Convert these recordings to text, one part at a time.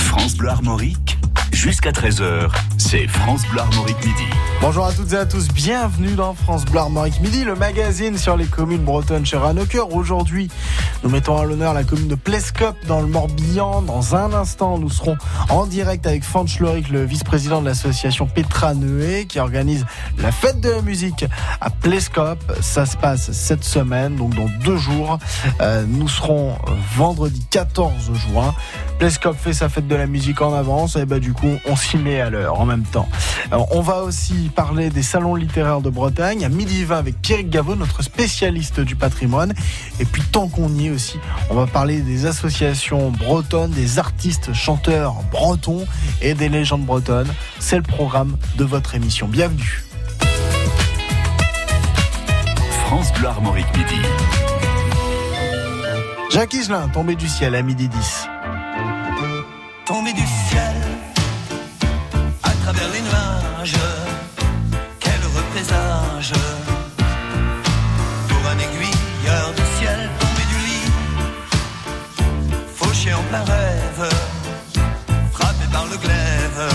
France Bleu Armorique, jusqu'à 13h, c'est France Bleu Armorique Midi. Bonjour à toutes et à tous, bienvenue dans France Bleu Armorique Midi, le magazine sur les communes bretonnes chez Ranocœur. Aujourd'hui, nous mettons à l'honneur la commune de Plescop dans le Morbihan. Dans un instant, nous serons en direct avec Fanch Loric, le vice-président de l'association Petra Neué, qui organise la fête de la musique à Plescop. Ça se passe cette semaine, donc dans 2 jours. Nous serons vendredi 14 juin. Plescop fait sa fête de la musique en avance, et du coup, on s'y met à l'heure en même temps. Alors, on va aussi parler des salons littéraires de Bretagne à midi 20 avec Pierrick Gaveau, notre spécialiste du patrimoine. Et puis, tant qu'on y est aussi, on va parler des associations bretonnes, des artistes chanteurs bretons et des légendes bretonnes. C'est le programme de votre émission. Bienvenue. France Bleu Armorique Midi. Jacques Higelin, tombé du ciel à midi 10. Tombé du ciel à travers les nuages, quel heureux présage pour un aiguilleur du ciel. Tombé du lit, fauché en plein rêve, frappé par le glaive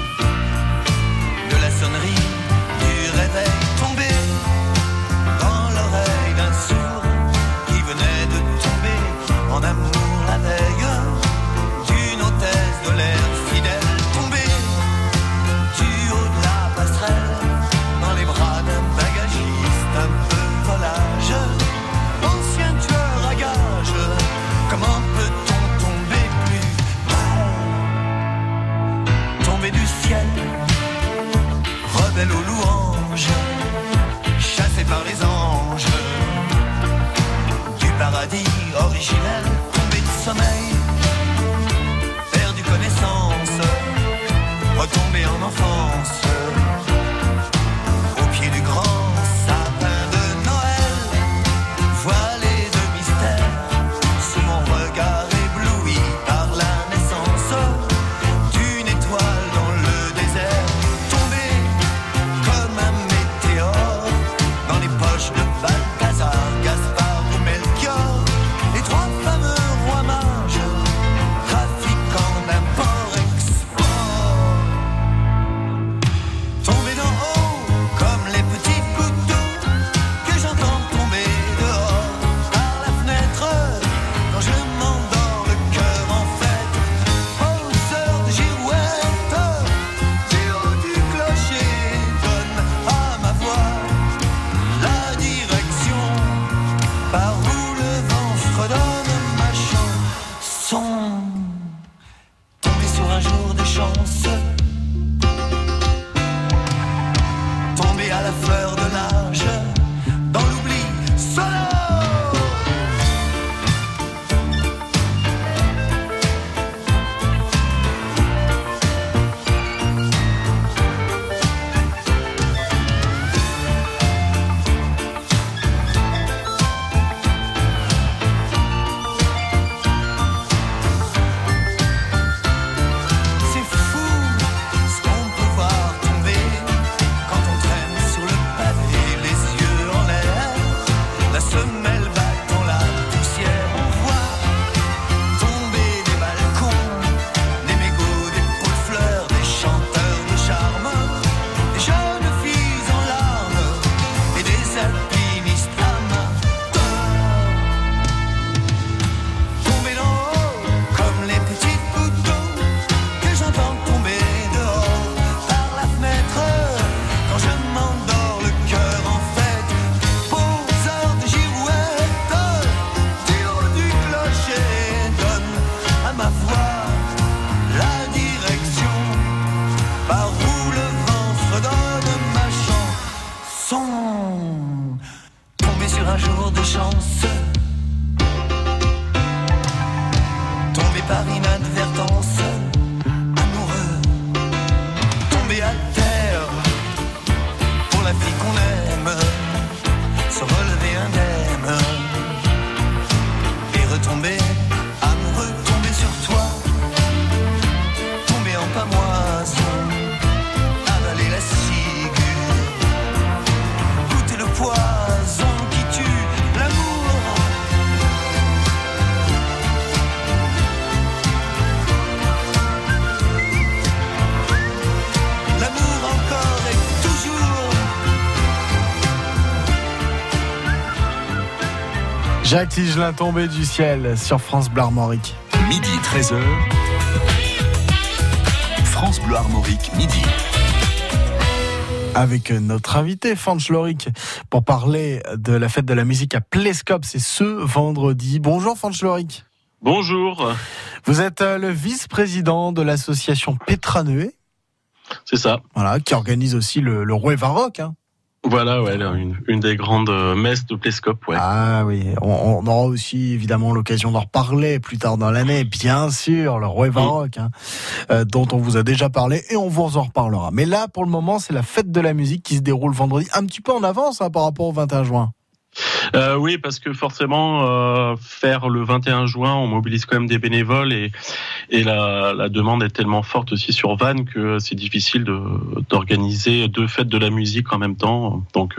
de la sonnerie du réveil. Tombé dans l'oreille d'un sourd qui venait de tomber en amour la veille d'une hôtesse de l'air fidèle. Tombé du haut de la passerelle dans les bras d'un bagagiste un peu volage, ancien tueur à gages. Comment peut-on tomber plus bas? Tomber du ciel, rebelle aux louanges, chassé par les anges du paradis originel. Tomber de sommeil, perdu connaissance, retomber en enfance au pied du grand sapin de Noël, voilé de mystère sous mon regard ébloui par la naissance d'une étoile dans le désert. Tombé comme un météore dans les poches de Balthazar, Gaspard ou Melchior, les 3 fameux rois mages trafiquant d'import-export. Tombé d'en haut comme les petits gouttes d'eau que j'entends tomber dehors par la fenêtre quand je m'endors le cœur en fête. Aux heures de girouette, du haut du clocher donne à ma voix la direction par où le vent fredonne ma chanson. Tombé sur un jour de chance, tombé à la fleur de l'âge, dans l'oubli sonore. C'est fou ce qu'on peut voir tomber quand on traîne sur le pavé. Jacques Higelin, tombé du ciel sur France Bleu Armorique. Midi 13h. France Bleu Armorique, midi. Avec notre invité, Fanch Loric, pour parler de la fête de la musique à Plescop. C'est ce vendredi. Bonjour Fanch Loric. Bonjour. Vous êtes le vice-président de l'association Petra Neué. C'est ça. Voilà, qui organise aussi le Rueva Rock, hein. Voilà, ouais, une des grandes messes de Plescop, ouais. Ah oui, on aura aussi évidemment l'occasion d'en reparler plus tard dans l'année, bien sûr, le Rueva Rock, hein, dont on vous a déjà parlé et on vous en reparlera. Mais là, pour le moment, c'est la fête de la musique qui se déroule vendredi, un petit peu en avance par rapport au 21 juin. Oui, parce que forcément, faire le 21 juin, on mobilise quand même des bénévoles et la demande est tellement forte aussi sur Vannes que c'est difficile d'organiser 2 fêtes de la musique en même temps. Donc,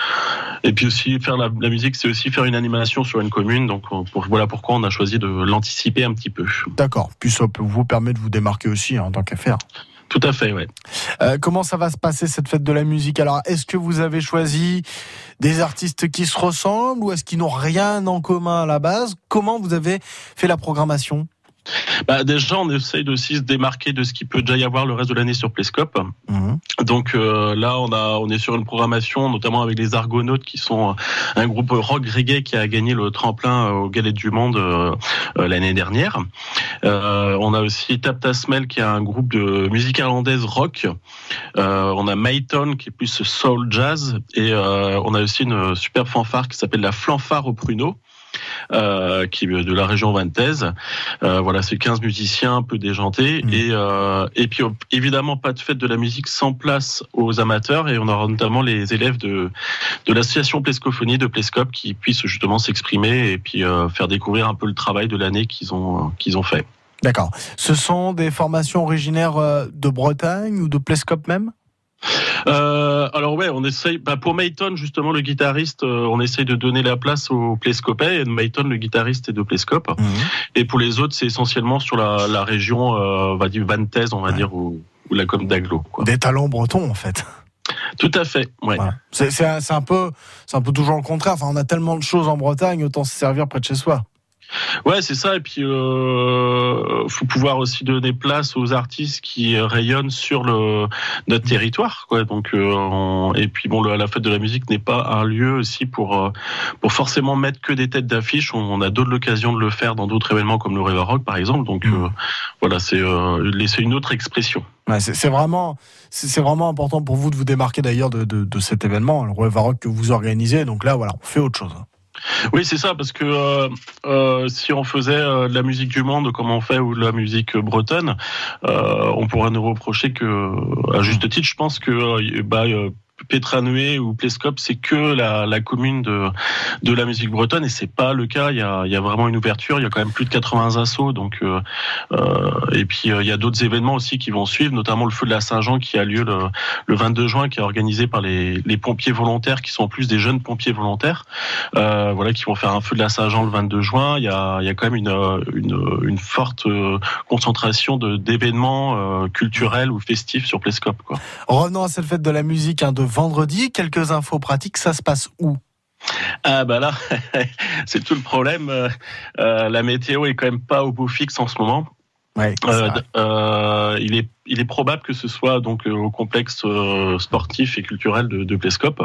et puis aussi faire la musique, c'est aussi faire une animation sur une commune. Donc voilà pourquoi on a choisi de l'anticiper un petit peu. D'accord. Puis ça vous permet de vous démarquer aussi, hein, tant qu'à faire. Tout à fait, ouais. Comment ça va se passer cette fête de la musique? Alors, est-ce que vous avez choisi des artistes qui se ressemblent ou est-ce qu'ils n'ont rien en commun à la base? Comment vous avez fait la programmation? Déjà, on essaye aussi de se démarquer de ce qu'il peut déjà y avoir le reste de l'année sur Plescop. Donc là, on est sur une programmation, notamment avec les Argonautes, qui sont un groupe rock reggae qui a gagné le tremplin au Galette du Monde l'année dernière. On a aussi Tap Tasmel, qui est un groupe de musique irlandaise rock. On a Mayton, qui est plus soul jazz, et on a aussi une superbe fanfare qui s'appelle la Flanfare au Pruneau. Qui est de la région vantaise. Voilà, c'est 15 musiciens un peu déjantés et puis évidemment pas de fête de la musique sans place aux amateurs, et on aura notamment les élèves de l'association Plescophonie de Plescop qui puissent justement s'exprimer et puis faire découvrir un peu le travail de l'année qu'ils ont fait. D'accord. Ce sont des formations originaires de Bretagne ou de Plescop même? Alors ouais, on essaye. Pour Mayton, justement, le guitariste, on essaye de donner la place aux Plescopais. Et Mayton, le guitariste, est de Plescop. Et pour les autres, c'est essentiellement sur la région, on va dire vantaise, on va dire, ou la commune d'Aglo, quoi. Des talents bretons, en fait. Tout à fait. Ouais. Voilà. C'est un peu toujours le contraire. Enfin, on a tellement de choses en Bretagne, autant se servir près de chez soi. Ouais, c'est ça. Et puis, faut pouvoir aussi donner place aux artistes qui rayonnent sur notre territoire, quoi. Donc, et puis bon, la fête de la musique n'est pas un lieu aussi pour forcément mettre que des têtes d'affiche. On a d'autres occasions de le faire dans d'autres événements comme le Rueva Rock, par exemple. Donc, voilà, c'est une autre expression. Ouais, c'est vraiment important pour vous de vous démarquer d'ailleurs de cet événement, le Rueva Rock que vous organisez. Donc là, voilà, on fait autre chose. Oui, c'est ça, parce que si on faisait de la musique du monde comme on fait, ou de la musique bretonne, on pourrait nous reprocher que, à juste titre, je pense que Petra Neué ou Plescop, c'est que la commune de la musique bretonne, et c'est pas le cas. Il y a vraiment une ouverture. Il y a quand même plus de 80 assos, donc et puis il y a d'autres événements aussi qui vont suivre, notamment le feu de la Saint-Jean qui a lieu le 22 juin, qui est organisé par les pompiers volontaires, qui sont en plus des jeunes pompiers volontaires, voilà, qui vont faire un feu de la Saint-Jean le 22 juin. Il y a quand même une forte concentration d'événements culturels ou festifs sur Plescop, quoi. Revenons à cette fête de la musique, de vendredi. Quelques infos pratiques, ça se passe où? Ah là, c'est tout le problème. La météo est quand même pas au beau fixe en ce moment. Ouais, il est probable que ce soit donc au complexe sportif et culturel de Plescop.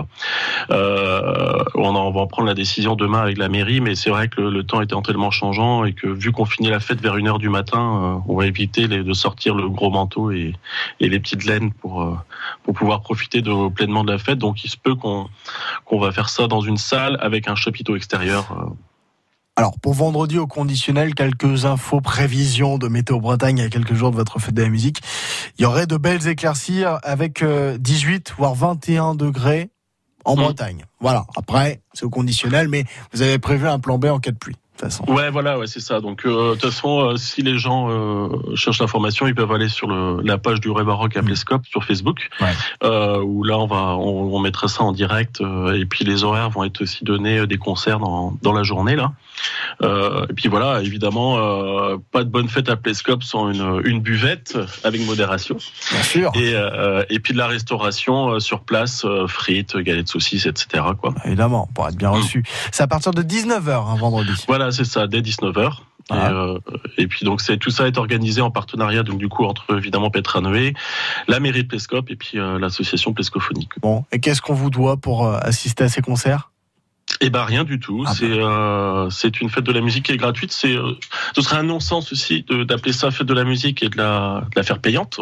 On va en prendre la décision demain avec la mairie, mais c'est vrai que le temps était tellement changeant, et que vu qu'on finit la fête vers 1h du matin, on va éviter de sortir le gros manteau et les petites laines pour pouvoir profiter pleinement de la fête. Donc il se peut qu'on va faire ça dans une salle avec un chapiteau extérieur. Alors, pour vendredi au conditionnel, quelques infos, prévisions de Météo Bretagne à quelques jours de votre fête de la musique. Il y aurait de belles éclaircies avec 18 voire 21 degrés en Bretagne. Voilà. Après, c'est au conditionnel, mais vous avez prévu un plan B en cas de pluie. toute façon. Ouais, voilà, c'est ça. Donc, de toute façon, si les gens cherchent l'information, ils peuvent aller sur la page du Vrai Baroque à Plescop sur Facebook, où là, on mettra ça en direct, et puis les horaires vont être aussi donnés des concerts dans la journée, là. Et puis voilà, évidemment, pas de bonne fête à Plescop sans une buvette avec modération. Bien sûr. Et puis de la restauration sur place, frites, galettes de saucisses, etc., quoi. Évidemment, pour être bien reçu. C'est à partir de 19h, vendredi. Voilà, c'est ça, dès 19h. Et puis donc tout ça est organisé en partenariat donc du coup entre évidemment Petra Noé, la mairie de Plescop et puis l'association Plescophonique. Bon, et qu'est-ce qu'on vous doit pour assister à ces concerts ? Eh ben rien du tout. C'est une fête de la musique qui est gratuite. Ce serait un non-sens aussi d'appeler ça fête de la musique et de la faire payante.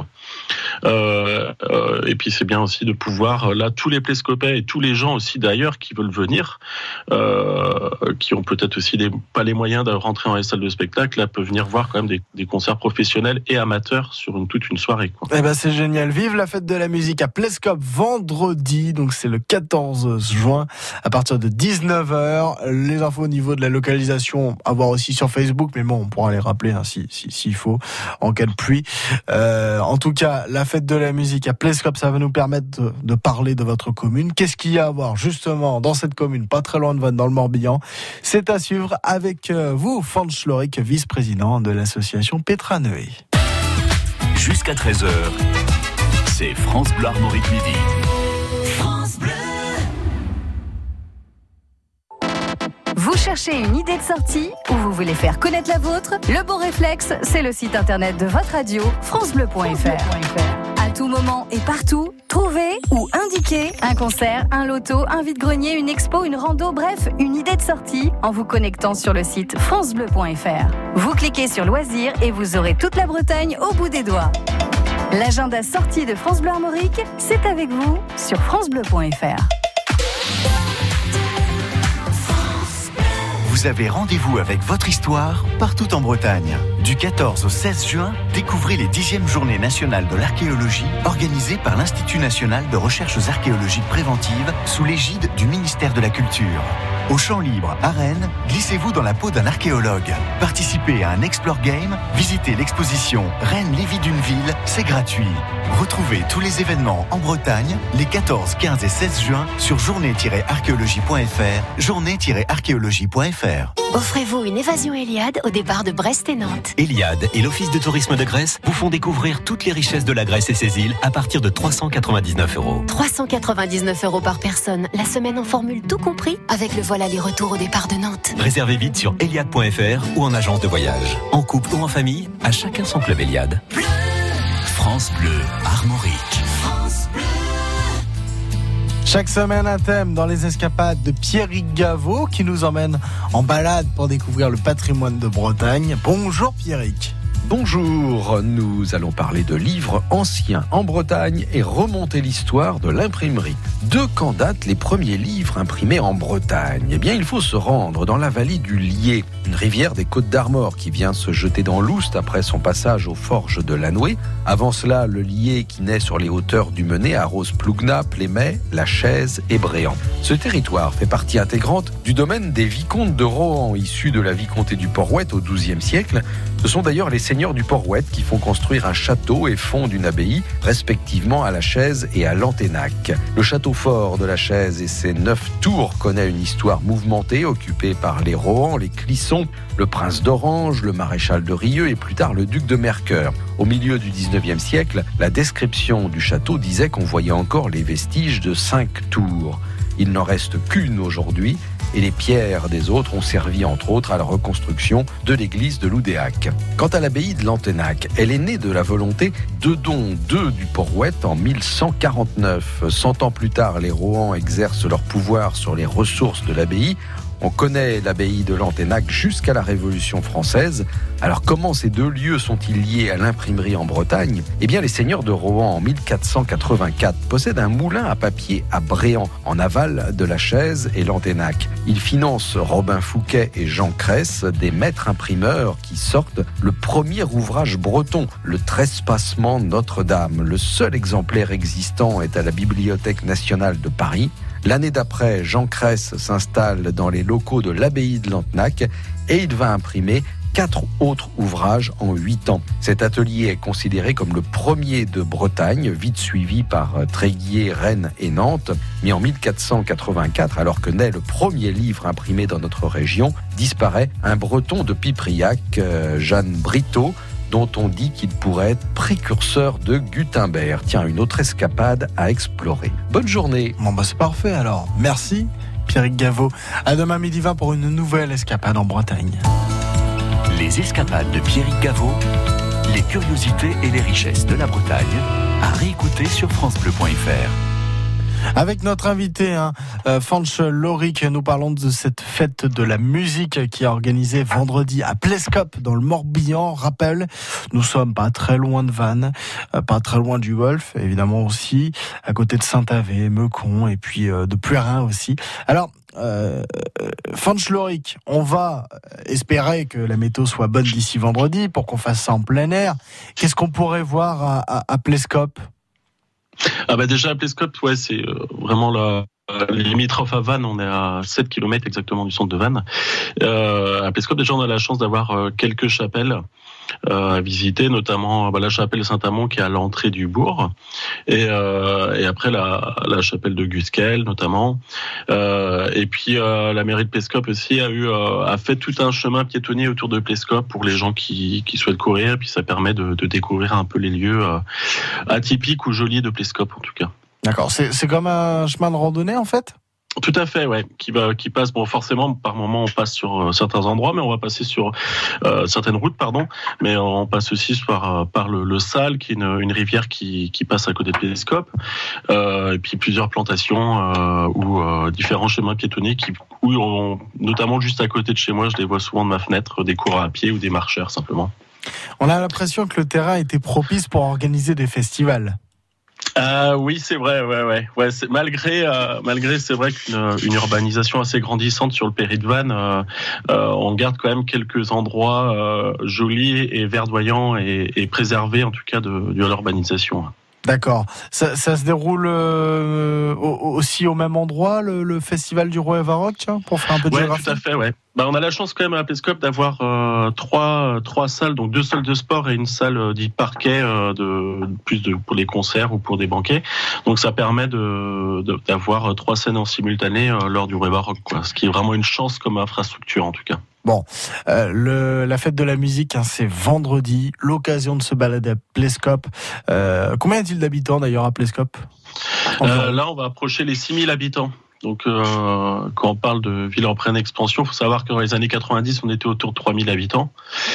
Et puis c'est bien aussi de pouvoir là tous les Plescopais et tous les gens aussi d'ailleurs qui veulent venir, qui ont peut-être aussi pas les moyens de rentrer dans les salles de spectacle, là peuvent venir voir quand même des concerts professionnels et amateurs sur toute une soirée, quoi. Eh ben c'est génial. Vive la fête de la musique à Plescop vendredi. Donc c'est le 14 juin à partir de 19h. Les infos au niveau de la localisation à voir aussi sur Facebook, mais bon, on pourra les rappeler s'il faut en cas de pluie. En tout cas, la fête de la musique à Plescop, ça va nous permettre de parler de votre commune. Qu'est-ce qu'il y a à voir justement dans cette commune, pas très loin de Vannes, dans le Morbihan? C'est à suivre avec vous, Franz Schlorick, vice-président de l'association Petra Noé. Jusqu'à 13h, c'est France Bleu Armorique Midi. Vous cherchez une idée de sortie ou vous voulez faire connaître la vôtre? Le bon réflexe, c'est le site internet de votre radio, francebleu.fr. À tout moment et partout, trouvez ou indiquez un concert, un loto, un vide-grenier, une expo, une rando, bref, une idée de sortie en vous connectant sur le site francebleu.fr. Vous cliquez sur loisirs et vous aurez toute la Bretagne au bout des doigts. L'agenda sortie de France Bleu Armorique, c'est avec vous sur francebleu.fr. Vous avez rendez-vous avec votre histoire partout en Bretagne. Du 14 au 16 juin, découvrez les 10e journées nationales de l'archéologie organisées par l'Institut national de recherches archéologiques préventives sous l'égide du ministère de la Culture. Au Champ Libre, à Rennes, glissez-vous dans la peau d'un archéologue. Participez à un Explore Game, visitez l'exposition Rennes les vies d'une ville, c'est gratuit. Retrouvez tous les événements en Bretagne les 14, 15 et 16 juin sur journée-archéologie.fr, journée-archéologie.fr. Offrez-vous une évasion Eliade au départ de Brest et Nantes. Eliade et l'Office de tourisme de Grèce vous font découvrir toutes les richesses de la Grèce et ses îles à partir de 399 €. 399 € par personne, la semaine en formule tout compris, avec le vol aller-retour au départ de Nantes. Réservez vite sur eliade.fr ou en agence de voyage. En couple ou en famille, à chacun son club Eliade. France Bleu Armorique. Chaque semaine, un thème dans les escapades de Pierrick Gaveau qui nous emmène en balade pour découvrir le patrimoine de Bretagne. Bonjour Pierrick. Bonjour, nous allons parler de livres anciens en Bretagne et remonter l'histoire de l'imprimerie. De quand datent les premiers livres imprimés en Bretagne ? Eh bien, il faut se rendre dans la vallée du Lier, une rivière des Côtes d'Armor qui vient se jeter dans l'Oust après son passage aux forges de Lanoué. Avant cela, le Lier qui naît sur les hauteurs du Menet arrose Plougna, Plémet, La Chaise et Bréant. Ce territoire fait partie intégrante du domaine des vicomtes de Rohan, issus de la vicomté du Port-Ouët au XIIe siècle. Ce sont d'ailleurs les seigneurs du Port-Ouët qui font construire un château et fondent une abbaye, respectivement à La Chaise et à Lanténac. Le château fort de La Chaise et ses 9 tours connaît une histoire mouvementée, occupée par les Rohan, les Clissons, le prince d'Orange, le maréchal de Rieux et plus tard le duc de Mercœur. Au milieu du XIXe siècle, la description du château disait qu'on voyait encore les vestiges de 5 tours. Il n'en reste qu'une aujourd'hui, et les pierres des autres ont servi entre autres à la reconstruction de l'église de Loudéac. Quant à l'abbaye de Lanténac, elle est née de la volonté d'Eudon II du Port-Ouët en 1149. 100 ans plus tard, les Rohan exercent leur pouvoir sur les ressources de l'abbaye. On connaît l'abbaye de Lanténac jusqu'à la Révolution française. Alors comment ces deux lieux sont-ils liés à l'imprimerie en Bretagne ? Eh bien les seigneurs de Rohan en 1484 possèdent un moulin à papier à Bréant, en aval de La Chaise et Lanténac. Ils financent Robin Fouquet et Jean Cresse, des maîtres imprimeurs qui sortent le premier ouvrage breton, le Trespassement Notre-Dame. Le seul exemplaire existant est à la Bibliothèque nationale de Paris. L'année d'après, Jean Cress s'installe dans les locaux de l'abbaye de Lantenac et il va imprimer 4 autres ouvrages en 8 ans. Cet atelier est considéré comme le premier de Bretagne, vite suivi par Tréguier, Rennes et Nantes. Mais en 1484, alors que naît le premier livre imprimé dans notre région, disparaît un breton de Pipriac, Jeanne Brito, dont on dit qu'il pourrait être précurseur de Gutenberg. Tiens, une autre escapade à explorer. Bonne journée. Bon c'est parfait alors. Merci Pierrick Gaveau. À demain 12h pour une nouvelle escapade en Bretagne. Les escapades de Pierrick Gaveau, les curiosités et les richesses de la Bretagne, à réécouter sur francebleu.fr. Avec notre invité, Fanch Loric, nous parlons de cette fête de la musique qui est organisée vendredi à Plescop dans le Morbihan. Rappel, nous sommes pas très loin de Vannes, pas très loin du Golfe, évidemment aussi, à côté de Saint-Avé, Meucon et puis de Plérin aussi. Alors, Fanch Loric, on va espérer que la météo soit bonne d'ici vendredi pour qu'on fasse ça en plein air. Qu'est-ce qu'on pourrait voir à Plescop ? Déjà à Plescop, c'est vraiment la limitrophe à Vannes. On est à 7 km exactement du centre de Vannes. À Plescop, déjà on a la chance d'avoir quelques chapelles à visiter, notamment la chapelle Saint-Amand qui est à l'entrée du bourg, et après la chapelle de Gusquel notamment, et puis la mairie de Plescop aussi a fait tout un chemin piétonnier autour de Plescop pour les gens qui souhaitent courir, et puis ça permet de découvrir un peu les lieux atypiques ou jolis de Plescop en tout cas. D'accord, c'est comme un chemin de randonnée en fait ? Tout à fait, qui passe, forcément, par moment, on passe sur certains endroits, mais on va passer sur certaines routes, mais on passe aussi par le Sal, qui est une rivière qui passe à côté de Plescop, et puis plusieurs plantations ou différents chemins piétonniers où notamment juste à côté de chez moi, je les vois souvent de ma fenêtre, des coureurs à pied ou des marcheurs, simplement. On a l'impression que le terrain était propice pour organiser des festivals. Oui, c'est vrai, ouais. Malgré, c'est vrai qu'une urbanisation assez grandissante sur le péri de Vannes, on garde quand même quelques endroits jolis et verdoyants et préservés en tout cas de l'urbanisation. D'accord. Ça se déroule aussi au même endroit, le festival du Roi Evaroc, pour faire un peu de géographie. Tout à fait, ouais. On a la chance quand même à Plescop d'avoir trois salles, donc 2 salles de sport et une salle dite parquet pour les concerts ou pour des banquets. Donc ça permet d'avoir 3 scènes en simultané lors du Roi Evaroc, ce qui est vraiment une chance comme infrastructure en tout cas. Bon, la fête de la musique, c'est vendredi, l'occasion de se balader à Plescop. Combien y a-t-il d'habitants d'ailleurs à Plescop ? Là, on va approcher les 6000 habitants. Donc, quand on parle de ville en pleine expansion, il faut savoir que dans les années 90, on était autour de 3000 habitants.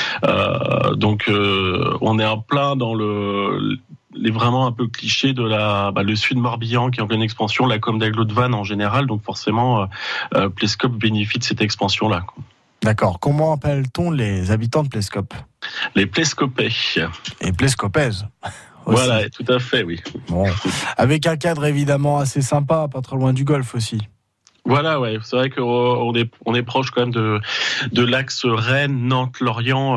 Donc, on est en plein dans les vraiment un peu clichés de le sud Morbihan qui est en pleine expansion, la com d'Agglo de Vannes en général. Donc, forcément, Plescop bénéficie de cette expansion-là. D'accord. Comment appelle-t-on les habitants de Plescop ? Les Plescopais. Et Plescopaises. Aussi. Voilà, tout à fait, oui. Bon. Avec un cadre évidemment assez sympa, pas trop loin du Golfe aussi. Voilà, c'est vrai qu'on est proche quand même de l'axe Rennes, Nantes, Lorient,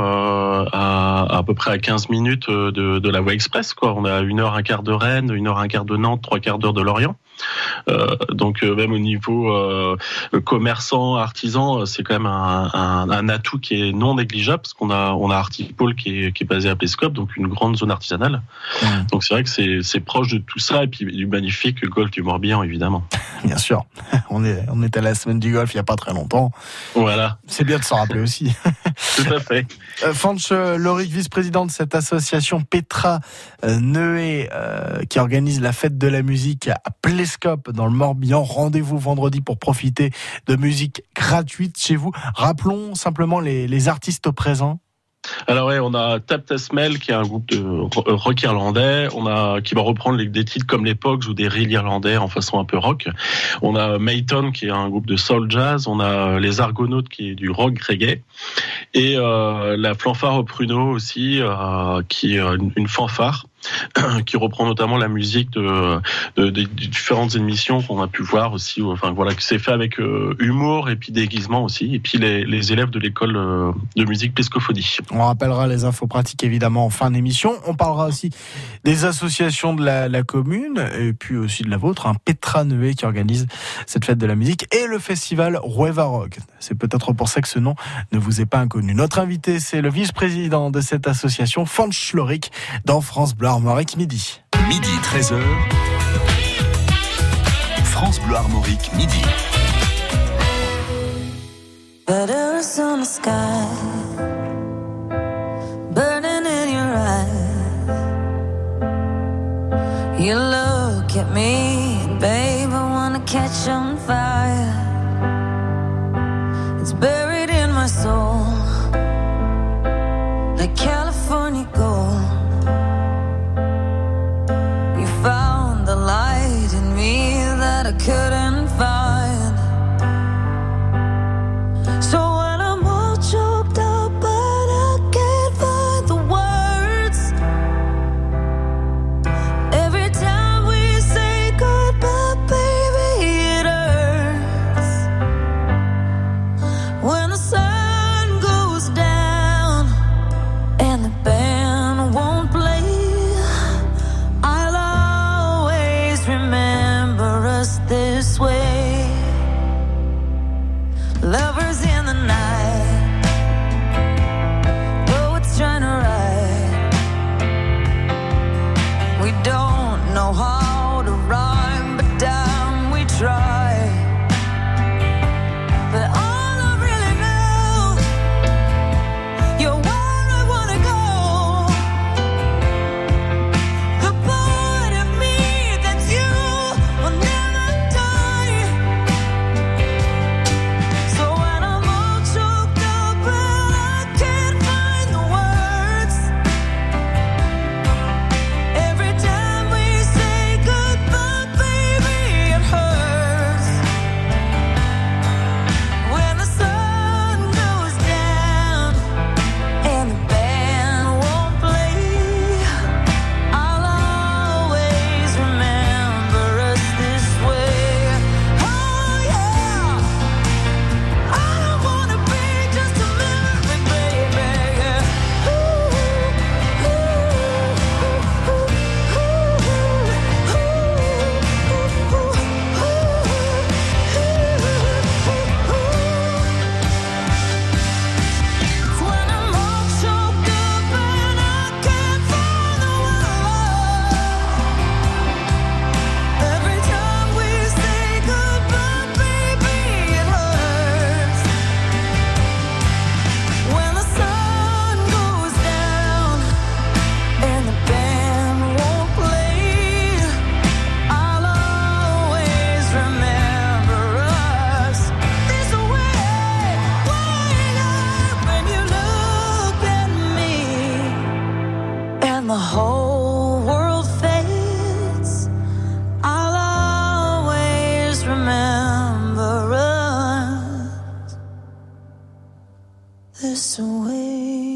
à peu près à 15 minutes de la voie express, On a 1 heure, un quart de Rennes, 1 heure, un quart de Nantes, 3 quarts d'heure de Lorient. Donc même au niveau commerçant, artisan, c'est quand même un atout qui est non négligeable parce qu'on a Artipôle qui est basé à Plescop, donc une grande zone artisanale. Donc c'est vrai que c'est proche de tout ça et puis du magnifique golfe du Morbihan évidemment. Bien sûr, on est à la semaine du golfe il y a pas très longtemps. Voilà. C'est bien de s'en rappeler aussi. Tout à fait. Fanch Loric, vice-président de cette association Petra Neué qui organise la fête de la musique à Plescop dans le Morbihan. Rendez-vous vendredi pour profiter de musique gratuite chez vous. Rappelons simplement les artistes présents. Alors on a Tap Tasmel qui est un groupe de rock irlandais, qui va reprendre des titres comme les Pogues ou des reels irlandais en façon un peu rock. On a Mayton qui est un groupe de soul jazz, on a les Argonautes qui est du rock reggae et la Fanfare au Pruneau aussi qui est une fanfare. qui reprend notamment la musique de différentes émissions qu'on a pu voir aussi. Enfin voilà, que c'est fait avec humour et puis déguisement aussi. Et puis les élèves de l'école de musique Plescophonie. On rappellera les infos pratiques évidemment en fin d'émission. On parlera aussi des associations de la commune et puis aussi de la vôtre, Petra Neué qui organise cette fête de la musique et le festival Rueva-Rock. C'est peut-être pour ça que ce nom ne vous est pas inconnu. Notre invité, c'est le vice-président de cette association, Franz Schlorik, dans France Bleu Armorique midi. Midi 13h, France Bleu Armorique midi. Butters on the sky, burning in your eyes. You look at me, babe, I wanna catch on fire. It's buried in my soul, like California gold. You found the light in me that I couldn't find. So when I'm all choked up, but I can't find the words. Every time we say goodbye, baby, it hurts. When the sun goes down and the band won't play, I'll always remember us this way. Lovers in the night, poets trying to write. We don't know how to rhyme, but damn, we try. But all I really know, you're where I wanna go. The part of me that's you will never die. So when I'm all choked up and I can't find the words, every time we say goodbye, baby, it hurts. When the sun goes down and the band won't play, I'll always remember us this way. Oh yeah, I don't wanna be just a memory, baby. When I'm all choked up and I can't find the words, every time we say goodbye, baby, it hurts. When the sun goes down and the band won't play, I'll always remember us this way. When you look at me and the whole world fades, I'll always remember us this way.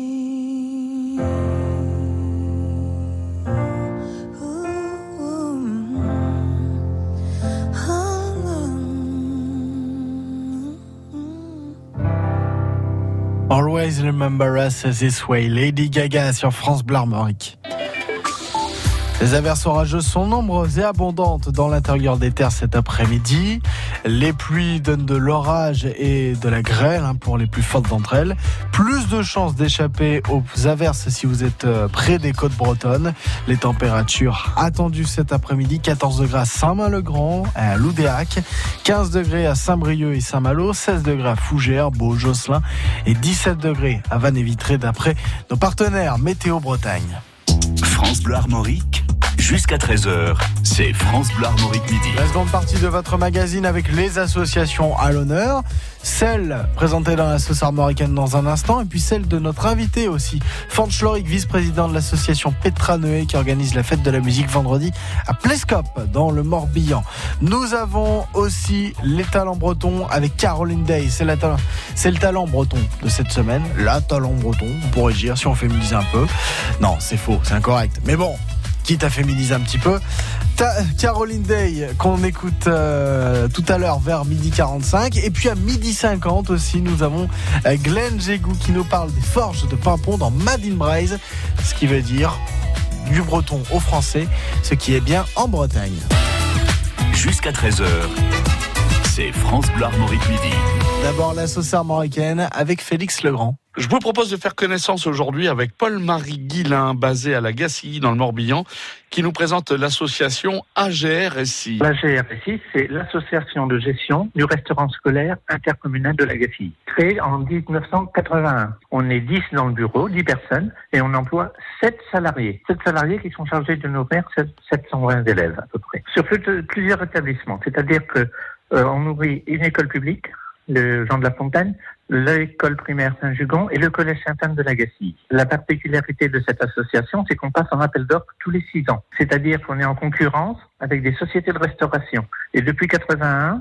Always remember us this way. Lady Gaga sur France Bleu Armorique. Les averses orageuses sont nombreuses et abondantes dans l'intérieur des terres cet après-midi. Les pluies donnent de l'orage et de la grêle pour les plus fortes d'entre elles. Plus de chances d'échapper aux averses si vous êtes près des côtes bretonnes. Les températures attendues cet après-midi, 14 degrés à Saint-Main-le-Grand, à Loudéac, 15 degrés à Saint-Brieuc et Saint-Malo, 16 degrés à Fougères, Beau, Josselin et 17 degrés à Vannes-et-Vitré d'après nos partenaires Météo Bretagne. France Bleu Armorique, jusqu'à 13h, c'est France Bleu Armorique midi. La seconde partie de votre magazine avec les associations à l'honneur, celle présentée dans la sauce armoricaine dans un instant, et puis celle de notre invité aussi, Franz Schlorik, vice-président de l'association Petra Neué qui organise la fête de la musique vendredi à Plescop dans le Morbihan. Nous avons aussi les talents bretons avec Caroline Day, c'est le talent breton de cette semaine, la talent breton, on pourrait dire si on féminise un peu. Non, c'est faux, c'est incorrect, mais bon. quitte à féminiser un petit peu. Caroline Day, qu'on écoute tout à l'heure vers 12h45. Et puis à 12h50 aussi, nous avons Glenn Jégou qui nous parle des forges de Pimpon dans Made in Braise, ce qui veut dire du breton au français, ce qui est bien en Bretagne. Jusqu'à 13h, c'est France Bleu Armorique Midi. D'abord la sauce armoricaine avec Félix Legrand. Je vous propose de faire connaissance aujourd'hui avec Paul-Marie Guillain, basé à la Gacilly dans le Morbihan, qui nous présente l'association AGRSI. La GRSI, c'est l'association de gestion du restaurant scolaire intercommunal de la Gacilly, créée en 1981. On est 10 dans le bureau, 10 personnes, et on emploie 7 salariés. 7 salariés qui sont chargés de nourrir 720 élèves à peu près, sur plusieurs établissements. C'est-à-dire que on nourrit une école publique, le Jean de la Fontaine, l'école primaire Saint-Jugon et le collège Sainte-Anne de la Gacilly. La particularité de cette association, c'est qu'on passe en appel d'offres tous les 6 ans. C'est-à-dire qu'on est en concurrence avec des sociétés de restauration. Et depuis 81,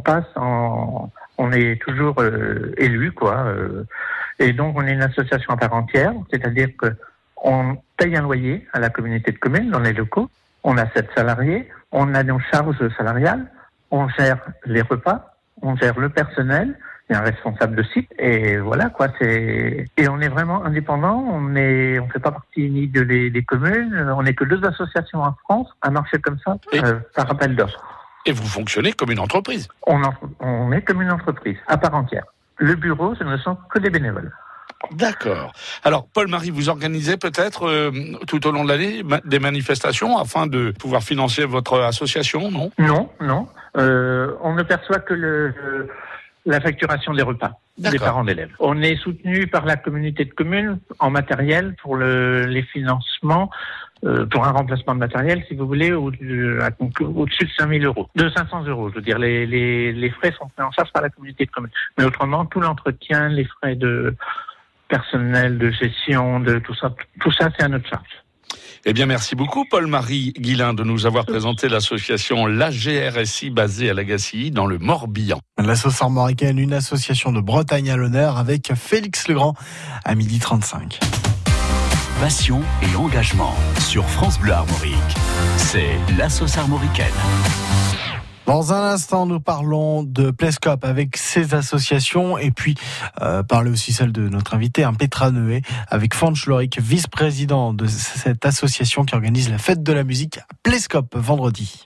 on est toujours élu, quoi. Et donc, on est une association à part entière. C'est-à-dire qu'on paye un loyer à la communauté de communes dans les locaux. On a 7 salariés. On a nos charges salariales. On gère les repas. On gère le personnel. Il y a un responsable de site et voilà quoi. Et on est vraiment indépendant. On fait pas partie ni des communes. On n'est que 2 associations en France à marcher comme ça par appel d'offres. Et vous fonctionnez comme une entreprise. On est comme une entreprise à part entière. Le bureau, ce ne sont que des bénévoles. D'accord. Alors, Paul-Marie, vous organisez peut-être tout au long de l'année des manifestations afin de pouvoir financer votre association, non ? Non. On ne perçoit que la facturation des repas des parents d'élèves. On est soutenu par la communauté de communes en matériel pour les financements, pour un remplacement de matériel, si vous voulez, au-dessus de 5 000 euros. De 500 euros, je veux dire. Les frais sont pris en charge par la communauté de communes. Mais autrement, tout l'entretien, les frais de personnel, de gestion, de tout ça, c'est à notre charge. Eh bien, merci beaucoup, Paul-Marie Guillain, de nous avoir présenté l'association l'AGRSI basée à la Gacilly dans le Morbihan. La sauce armoricaine, une association de Bretagne à l'honneur avec Félix Legrand à 12h35. Passion et engagement sur France Bleu Armorique. C'est la sauce armoricaine. Dans un instant, nous parlons de Plescop avec ses associations et puis parler aussi celle de notre invité, Petra Neué, avec Fanch Loric, vice-président de cette association qui organise la fête de la musique à Plescop vendredi.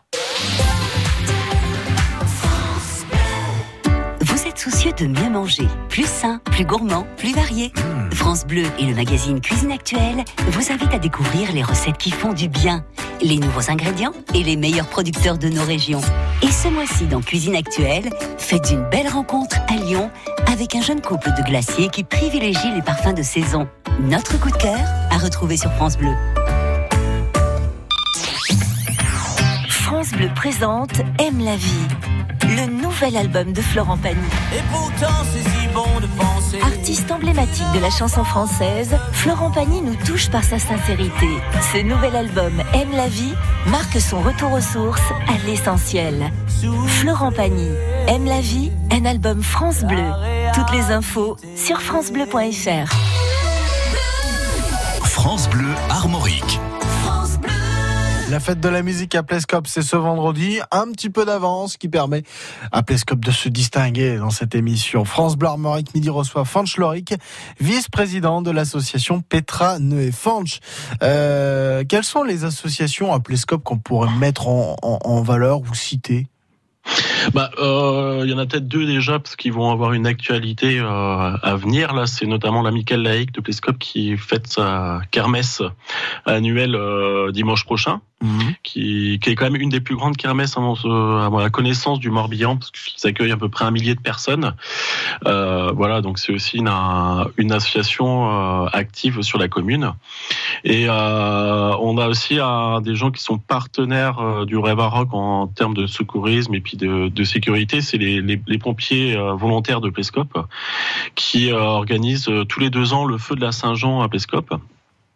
Vous êtes soucieux de mieux manger, plus sain, plus gourmand, plus varié. France Bleu et le magazine Cuisine Actuelle vous invitent à découvrir les recettes qui font du bien, les nouveaux ingrédients et les meilleurs producteurs de nos régions. Et ce mois-ci dans Cuisine Actuelle, faites une belle rencontre à Lyon avec un jeune couple de glaciers qui privilégie les parfums de saison. Notre coup de cœur à retrouver sur France Bleu. France Bleu présente Aime la vie, le nouvel album de Florent Pagny. Et pourtant c'est si bon de penser. Artiste emblématique de la chanson française, Florent Pagny nous touche par sa sincérité. Ce nouvel album Aime la vie marque son retour aux sources, à l'essentiel. Florent Pagny, Aime la vie, un album France Bleu. Toutes les infos sur francebleu.fr. France Bleu Armorique. La fête de la musique à Plescop, c'est ce vendredi. Un petit peu d'avance qui permet à Plescop de se distinguer dans cette émission. France Bleu Armorique Midi reçoit Fanch Loric, vice-président de l'association Petra Neué. Fanch, quelles sont les associations à Plescop qu'on pourrait mettre en valeur ou citer ? Il y en a peut-être 2 déjà parce qu'ils vont avoir une actualité à venir. Là, c'est notamment l'Amicale laïque de Plescop qui fête sa kermesse annuelle dimanche prochain, qui est quand même une des plus grandes kermesses à la connaissance du Morbihan, parce qu'ils accueillent à peu près 1 millier de personnes. Voilà, donc c'est aussi une association active sur la commune. Et on a aussi des gens qui sont partenaires du Rêve Rock en termes de secourisme et puis de sécurité. C'est les pompiers volontaires de Plescop qui organisent tous les 2 ans le feu de la Saint-Jean à Plescop.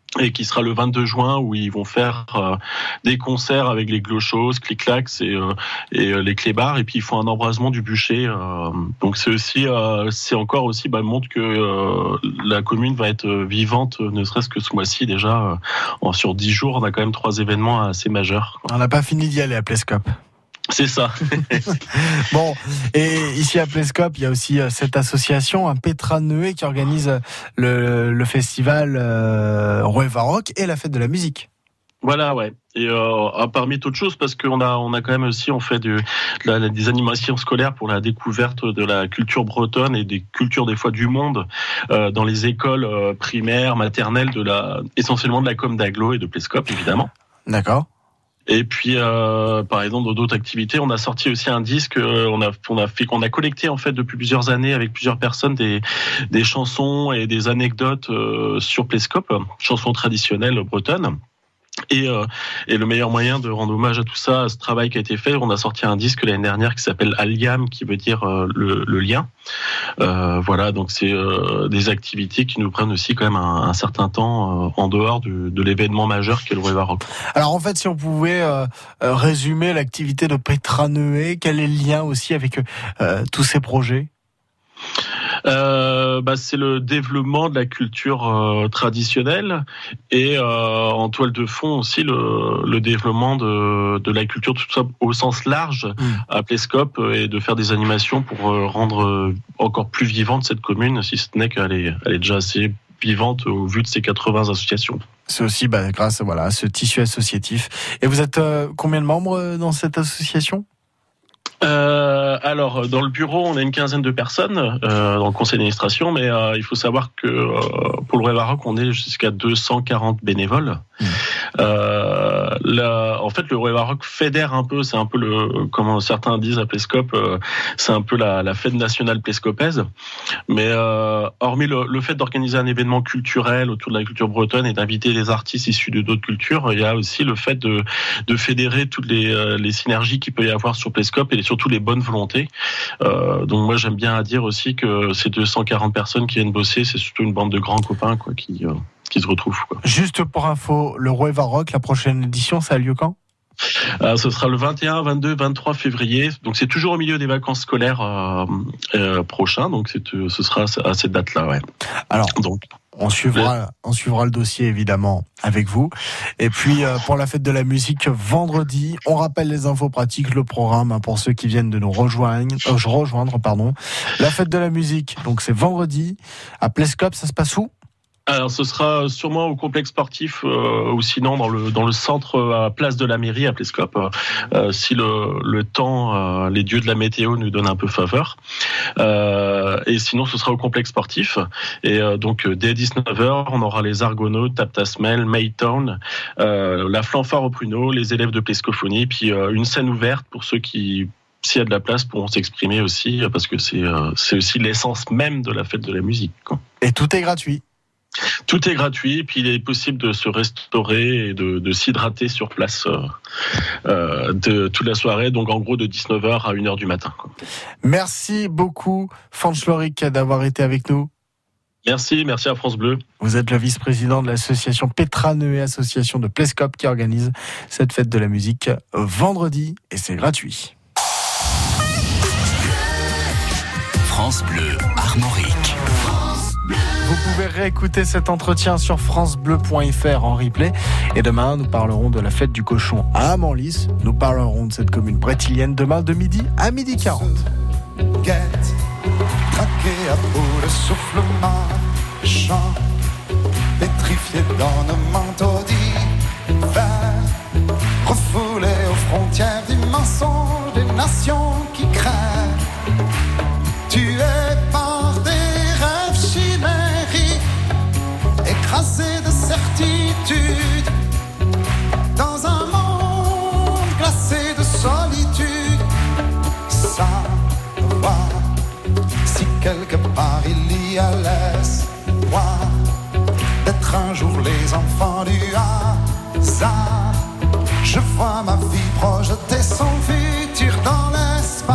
et qui sera le 22 juin où ils vont faire des concerts avec les Glochos, Clic-Clacs et les Clébards, et puis ils font un embrasement du bûcher. Donc c'est aussi, montre que la commune va être vivante, ne serait-ce que ce mois-ci déjà. Sur 10 jours, on a quand même 3 événements assez majeurs. On n'a pas fini d'y aller à Plescope. C'est ça. Bon, et ici à Plescope, il y a aussi cette association, Petra Neué, qui organise le festival Rouet-Varrock et la fête de la musique. Voilà, ouais. Et parmi d'autres choses, parce qu'on a quand même aussi, on fait des animations scolaires pour la découverte de la culture bretonne et des cultures des fois du monde dans les écoles primaires, maternelles, essentiellement de la com d'Aglo et de Plescope, évidemment. D'accord. Et puis, par exemple, dans d'autres activités, on a sorti aussi un disque. On a collecté en fait depuis plusieurs années avec plusieurs personnes des chansons et des anecdotes sur Plescope, chansons traditionnelles bretonnes. Et le meilleur moyen de rendre hommage à tout ça, à ce travail qui a été fait, on a sorti un disque l'année dernière qui s'appelle Alliam, qui veut dire le lien. Voilà, donc c'est des activités qui nous prennent aussi quand même un certain temps en dehors de l'événement majeur qu'est le Rouet-Varrock. Alors en fait, si on pouvait résumer l'activité de Petra Neué, quel est le lien aussi avec tous ces projets ? C'est le développement de la culture traditionnelle et en toile de fond aussi le développement de la culture tout ça au sens large à Plescope et de faire des animations pour rendre encore plus vivante cette commune, si ce n'est qu'elle est déjà assez vivante au vu de ses 80 associations. C'est aussi grâce à ce tissu associatif. Et vous êtes combien de membres dans cette association ? Alors, dans le bureau, on a une quinzaine de personnes dans le conseil d'administration, mais il faut savoir que pour le Rouet-Varrock, on est jusqu'à 240 bénévoles. En fait, le Rouet-Varrock fédère un peu, c'est un peu comme certains disent à Plescope, c'est un peu la fête nationale plescopaise. Mais hormis le fait d'organiser un événement culturel autour de la culture bretonne et d'inviter des artistes issus de d'autres cultures, il y a aussi le fait de fédérer toutes les synergies qu'il peut y avoir sur Plescope et surtout les bonnes volontés. Donc moi, j'aime bien dire aussi que ces 240 personnes qui viennent bosser, c'est surtout une bande de grands copains qui se retrouvent. Juste pour info, le Rouet-Varrock, la prochaine édition, ça a lieu quand ? Ce sera le 21, 22, 23 février. Donc c'est toujours au milieu des vacances scolaires prochains. Donc ce sera à cette date-là. Ouais. Alors, on suivra le dossier évidemment avec vous. Et puis pour la fête de la musique vendredi, on rappelle les infos pratiques, le programme pour ceux qui viennent de nous rejoindre. La fête de la musique, donc c'est vendredi à Plescope. Ça se passe où ? Alors, ce sera sûrement au complexe sportif ou sinon dans le centre à place de la mairie à Plescope, si le temps, les dieux de la météo nous donnent un peu faveur. Et sinon, ce sera au complexe sportif. Et donc, dès 19h, on aura les Argonautes, Taptasmel, Maytown, la Fanfare au Pruneau, les élèves de Plescophonie, puis une scène ouverte pour ceux qui, s'il y a de la place, pourront s'exprimer aussi, parce que c'est aussi l'essence même de la fête de la musique, quoi. Et tout est gratuit. Tout est gratuit, puis il est possible de se restaurer et de s'hydrater sur place de toute la soirée, donc en gros de 19h à 1h du matin. Merci beaucoup, Franz Lorick, d'avoir été avec nous. Merci à France Bleu. Vous êtes le vice-président de l'association Petra Neué, association de Plescope, qui organise cette fête de la musique vendredi, et c'est gratuit. France Bleu, Armorique. Vous pouvez réécouter cet entretien sur francebleu.fr en replay. Et demain, nous parlerons de la fête du cochon à Amanlis. Nous parlerons de cette commune brétilienne demain de midi à 12h40. Guette, traqué à bout de souffle marchand, pétrifié dans nos manteaux d'hiver, refoulé aux frontières du mensonge des nations qui crèvent. Tué par des rêves chimériques, écrasé de certitude, dans un monde glacé de solitude. Savoir si quelque part il y a l'espoir d'être un jour les enfants du hasard. Je vois ma vie projeter son futur dans l'espace.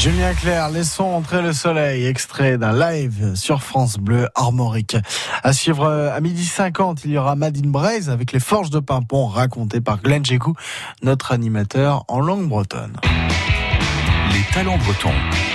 Julien Clerc, laissons entrer le soleil, extrait d'un live sur France Bleu Armorique. À suivre à 12h50, il y aura Madine Braise avec les Forges de Pimpon, raconté par Glenn Djekou, notre animateur en langue bretonne. Les talents bretons.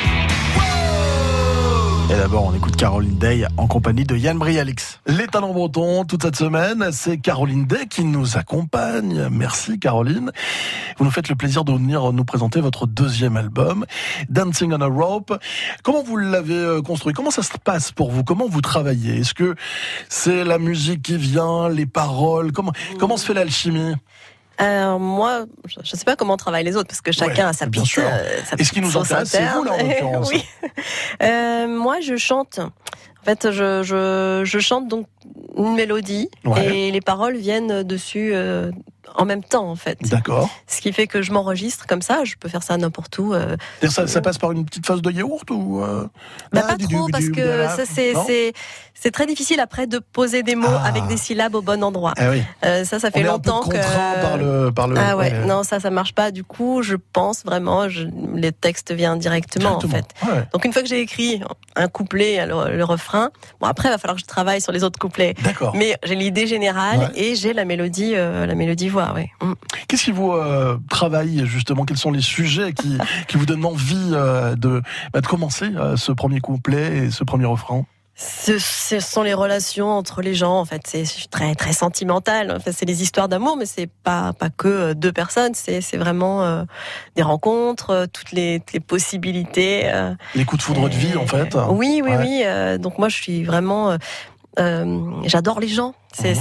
Et d'abord, on écoute Caroline Day en compagnie de Yann Brialix. Les talents bretons, toute cette semaine, c'est Caroline Day qui nous accompagne. Merci Caroline. Vous nous faites le plaisir de venir nous présenter votre deuxième album, Dancing on a Rope. Comment vous l'avez construit? Comment ça se passe pour vous? Comment vous travaillez? Est-ce que c'est la musique qui vient, les paroles? Comment se fait l'alchimie? Moi, je ne sais pas comment travaillent les autres, parce que chacun a sa petite Et ce qui nous intéresse, c'est vous, là, en l'occurrence. Oui. Moi, je chante. En fait, je chante donc une mélodie, et les paroles viennent dessus en même temps, en fait. D'accord. Ce qui fait que je m'enregistre comme ça, je peux faire ça n'importe où. Ça passe par une petite phase de yaourt ou pas trop, parce que ça, c'est très difficile après de poser des mots avec des syllabes au bon endroit. Oui. Ça fait longtemps que... par le... Ah ouais, non, ça marche pas. Du coup, je pense vraiment, les textes viennent directement. En fait. Ouais. Donc une fois que j'ai écrit un couplet, le refrain, bon après il va falloir que je travaille sur les autres couplets. D'accord. Mais j'ai l'idée générale et j'ai la mélodie voix. Ouais. Qu'est-ce qui vous travaille justement? Quels sont les sujets qui vous donnent envie de commencer ce premier couplet et ce premier refrain? Ce sont les relations entre les gens, en fait. C'est très, très sentimental. Enfin, c'est les histoires d'amour, mais c'est pas que deux personnes. C'est vraiment des rencontres, toutes les possibilités. Les coups de foudre de vie, en fait. Oui. Donc moi, je suis vraiment... j'adore les gens.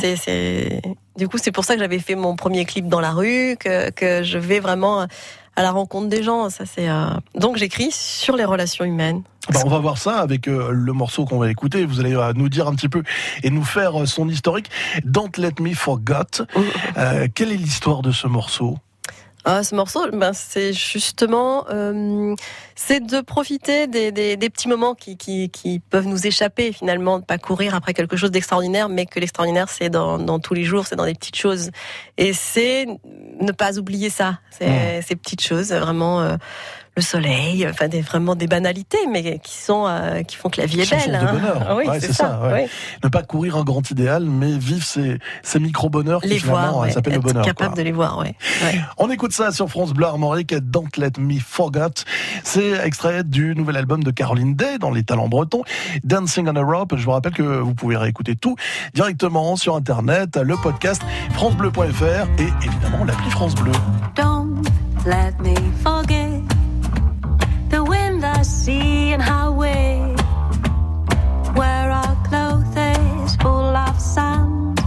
Du coup, c'est pour ça que j'avais fait mon premier clip dans la rue, que je vais vraiment à la rencontre des gens. Donc j'écris sur les relations humaines. On va voir ça avec le morceau qu'on va écouter. Vous allez nous dire un petit peu et nous faire son historique. Don't Let Me Forget. Quelle est l'histoire de ce morceau? Ce morceau, c'est justement, c'est de profiter des petits moments qui peuvent nous échapper finalement, de pas courir après quelque chose d'extraordinaire, mais que l'extraordinaire c'est dans tous les jours, c'est dans des petites choses. Et c'est ne pas oublier ça, ces petites choses, vraiment. Le soleil, vraiment des banalités, mais qui font que la vie est belle. De bonheur. Oui, c'est ça. Ouais. Ne pas courir un grand idéal, mais vivre ces micro-bonheurs qui finalement s'appellent le bonheur. Être capable de les voir, ouais. On écoute ça sur France Bleu Armorique, Don't Let Me Forget. C'est extrait du nouvel album de Caroline Day dans les talents bretons, Dancing on a Rope. Je vous rappelle que vous pouvez réécouter tout directement sur Internet, le podcast francebleu.fr et évidemment l'appli France Bleu. Don't let me forget the wind, the sea and highway, where our clothes is full of sand.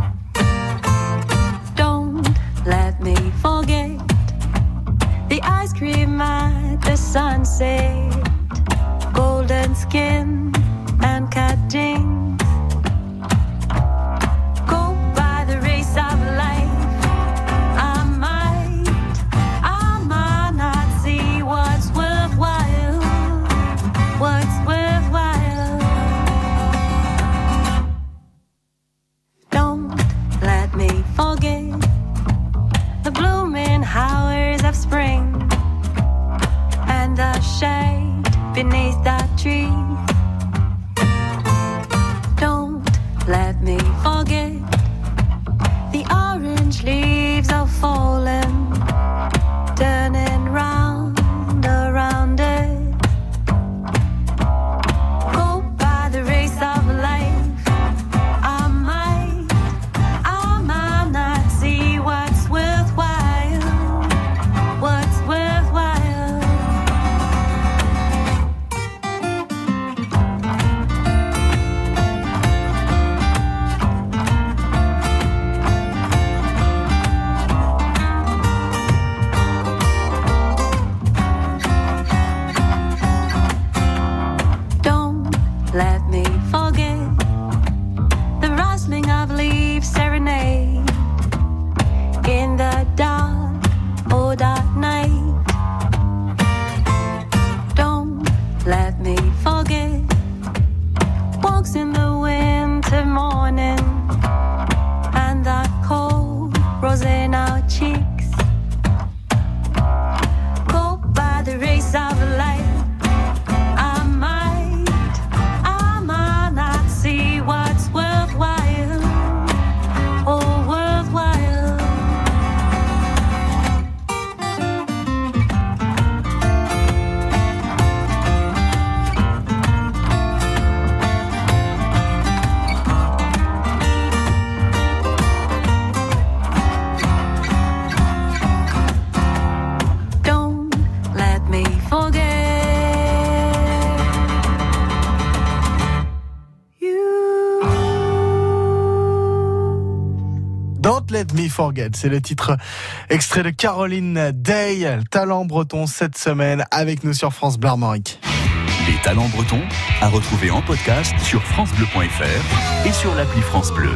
Don't let me forget the ice cream at the sunset, golden skin and cutting. Go by the race of life. I might not see what's worthwhile. Don't let me forget the blooming hours of spring and the shade beneath that tree. Don't let me forget the orange leaves are falling, turning round around it. Go by the race of life. I might not see what's worthwhile. What's worthwhile? Don't Let Me Forget, c'est le titre extrait de Caroline Day, talent breton cette semaine avec nous sur France Bleu Armorique. Les talents bretons à retrouver en podcast sur francebleu.fr et sur l'appli France Bleu.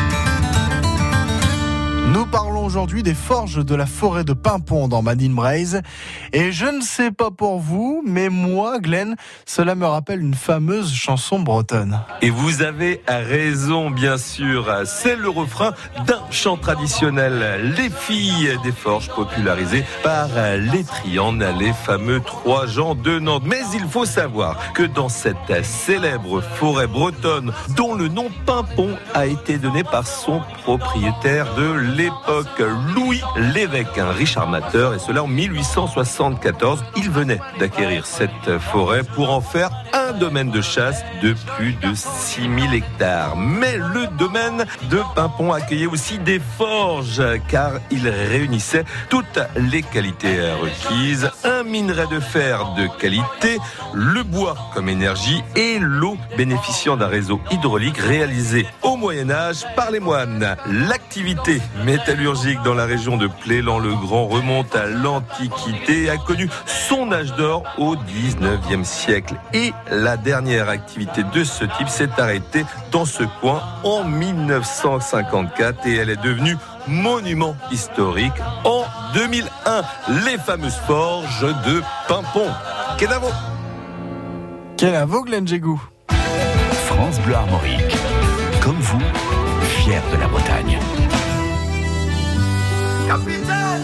Nous parlons aujourd'hui des forges de la forêt de Paimpont dans Madine-Braise. Et je ne sais pas pour vous, mais moi, Glenn, cela me rappelle une fameuse chanson bretonne. Et vous avez raison, bien sûr. C'est le refrain d'un chant traditionnel. Les filles des forges, popularisé par les Trianes, les fameux 3 Jean de Nantes. Mais il faut savoir que dans cette célèbre forêt bretonne, dont le nom Paimpont a été donné par son propriétaire de l'époque, Louis Lévesque, un riche armateur, et cela en 1874. Il venait d'acquérir cette forêt pour en faire un domaine de chasse de plus de 6000 hectares. Mais le domaine de Paimpont accueillait aussi des forges, car il réunissait toutes les qualités requises, un minerai de fer de qualité, le bois comme énergie et l'eau bénéficiant d'un réseau hydraulique réalisé au Moyen-Âge par les moines. L'activité métallurgique dans la région de Plélan-le-Grand remonte à l'Antiquité et a connu son âge d'or au 19e siècle. Et la dernière activité de ce type s'est arrêtée dans ce coin en 1954 et elle est devenue monument historique en 2001. Les fameuses forges de Paimpont. Kenavo. Kenavo, Glenn Jégou. France Bleu Armorique. Comme vous, fier de la Bretagne. Capitaine,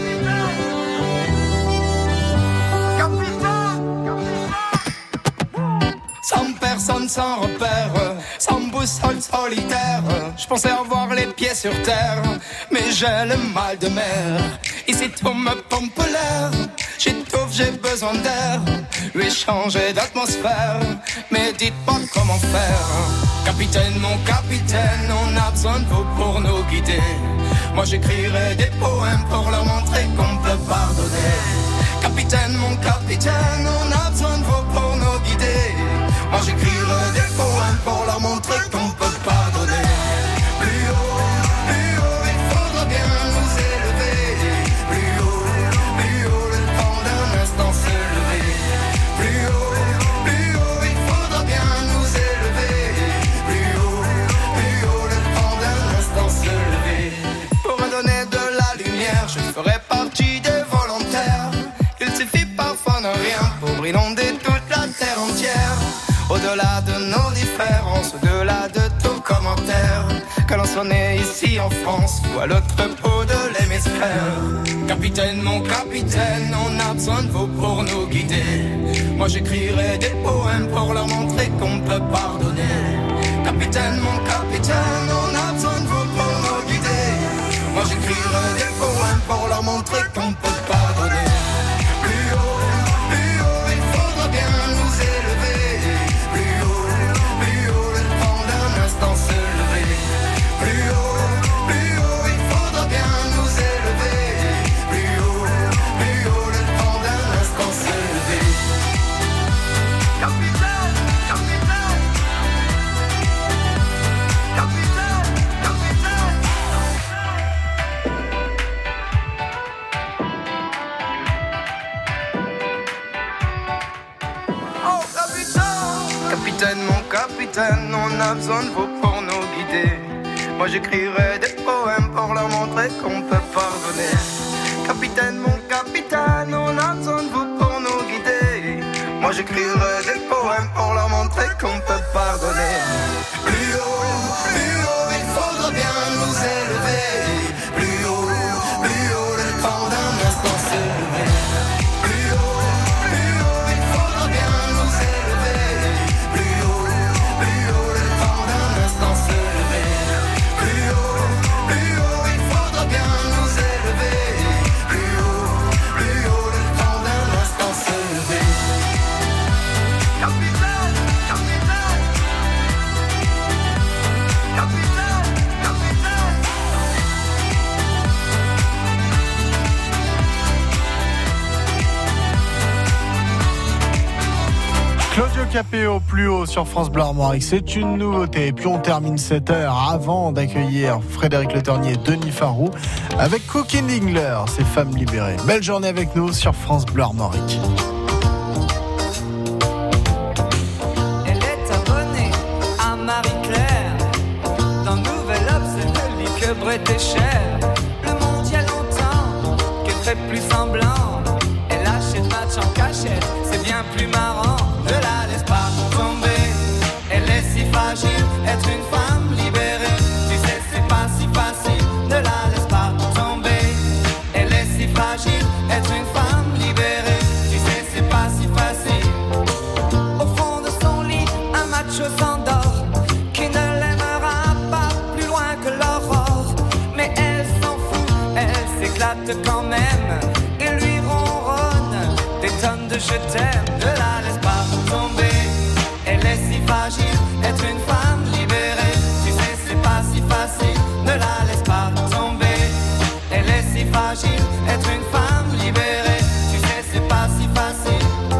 Sans personne, sans repère, sans boussole solitaire. Je pensais avoir les pieds sur terre, mais j'ai le mal de mer. Ici tout me pompe l'air, j'étouffe, j'ai besoin d'air. Lui changer d'atmosphère, mais dites pas comment faire. Capitaine, mon capitaine, on a besoin de vous pour nous guider. Moi j'écrirai des poèmes pour leur montrer qu'on peut pardonner. Capitaine, mon capitaine, on a besoin de vous pour nous guider. Moi j'écrirai des poèmes pour leur montrer qu'on peut pardonner. Plus haut, il faudra bien nous élever. Plus haut, le temps d'un instant se lever. Plus haut, il faudra bien nous élever. Plus haut, le temps d'un instant se lever. Pour me donner de la lumière, je ferai partie des volontaires. Il suffit parfois de rien pour inonder toute la terre entière. Au-delà de nos différences, au-delà de tout commentaire, que l'on soit né ici en France ou à l'autre bout de l'hémisphère. Capitaine, mon capitaine, on a besoin de vous pour nous guider. Moi j'écrirai des poèmes pour leur montrer qu'on peut pardonner. Capitaine, mon capitaine, on a besoin de vous pour nous guider. Moi j'écrirai des poèmes pour leur montrer qu'on peut pardonner. Plus haut, il faudra bien nous élever. Plus haut, le temps d'un instant se lever. Plus haut, il faudra bien nous élever. Plus haut, le temps d'un instant se lever. Capitaine, capitaine, capitaine, capitaine. Oh capitaine, capitaine, mon capitaine, on a besoin de vous pour nous guider. Moi j'écrirai des poèmes pour leur montrer qu'on peut pardonner. Capitaine, mon capitaine, on a besoin de vous pour nous guider. Moi j'écrirai des poèmes pour leur montrer qu'on peut pardonner. Plus haut, il faudra bien nous élever. Plus haut, le temps d'un instant se lever. Plus haut, il faudra bien nous élever. Plus haut, le temps d'un instant se lever. Plus haut, il faudra bien nous élever. Plus haut, le temps d'un instant se lever. Capitaine, capitaine. KPO plus haut sur France Bleu Armorique, c'est une nouveauté. Et puis on termine cette heure avant d'accueillir Frédéric Le Ternier et Denis Farou avec Cookie Dingler, ces femmes libérées. Belle journée avec nous sur France Bleu Armorique. Elle est abonnée à Marie-Claire. Dans Nouvel Obs, elle ne lit que Bret et Cher. Le monde y a longtemps qu'elle fait plus semblant. Elle achète match en cachette, c'est bien plus marrant. Ne la laisse pas tomber, elle est si fragile. Être une femme libérée, tu sais c'est pas si facile. Ne la laisse pas tomber, elle est si fragile. Être une femme libérée, tu sais c'est pas si facile. Au fond de son lit, un macho s'endort, qui ne l'aimera pas plus loin que l'aurore. Mais elle s'en fout, elle s'éclate quand même, et lui ronronne des tonnes de je t'aime. Ne la laisse pas tomber, elle est si fragile. Être une femme libérée, tu sais c'est pas si facile. Ne la laisse pas tomber, elle est si fragile. Être une femme libérée, tu sais c'est pas si facile.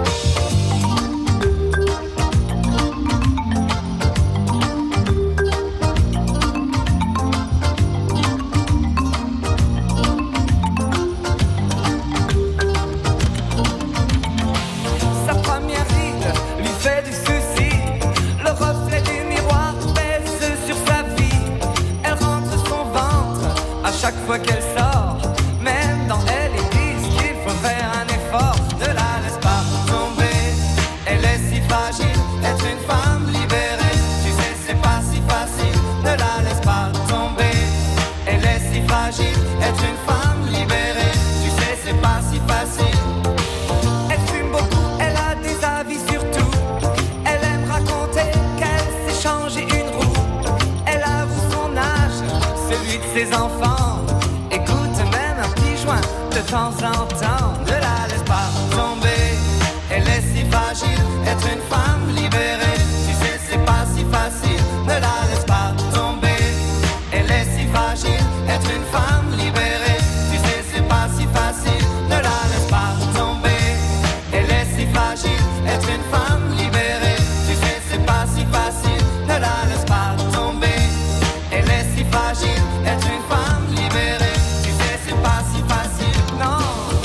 Sa première ride lui fait du souci. Le reflet du miroir pèse sur sa vie. Elle rentre son ventre à chaque fois qu'elle sort. Même dans elle, ils disent qu'il faut faire un effort. Ne la laisse pas tomber, elle est si fragile. Être une femme libérée, tu sais c'est pas si facile. Ne la laisse pas tomber, elle est si fragile. Être une femme libérée, tu sais c'est pas si facile. Elle fume beaucoup, elle a des avis sur tout. Elle aime raconter qu'elle s'est changé une roue. Elle avoue son âge, celui de ses enfants. Écoute même un petit joint de temps en temps. Ne la laisse pas tomber, elle est si fragile. Être une femme libérée, tu sais c'est pas si facile. Ne la laisse pas tomber, elle est si fragile. Être une femme libérée, tu sais c'est pas si facile. Ne la laisse pas tomber, elle est si fragile. Être une femme libérée, tu sais c'est pas si facile. Ne la laisse pas tomber, elle est si fragile. Être une femme libérée, tu sais c'est pas si facile. Non.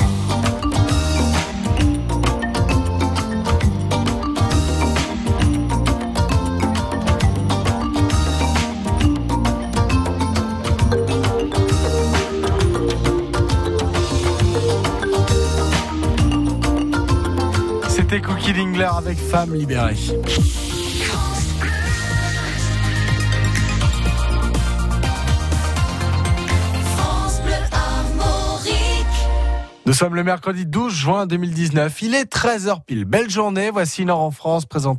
C'était Cookie Dingler avec Femmes libérées. Nous sommes le mercredi 12 juin 2019. Il est 13h pile. Belle journée. Voici Nord en France, présenté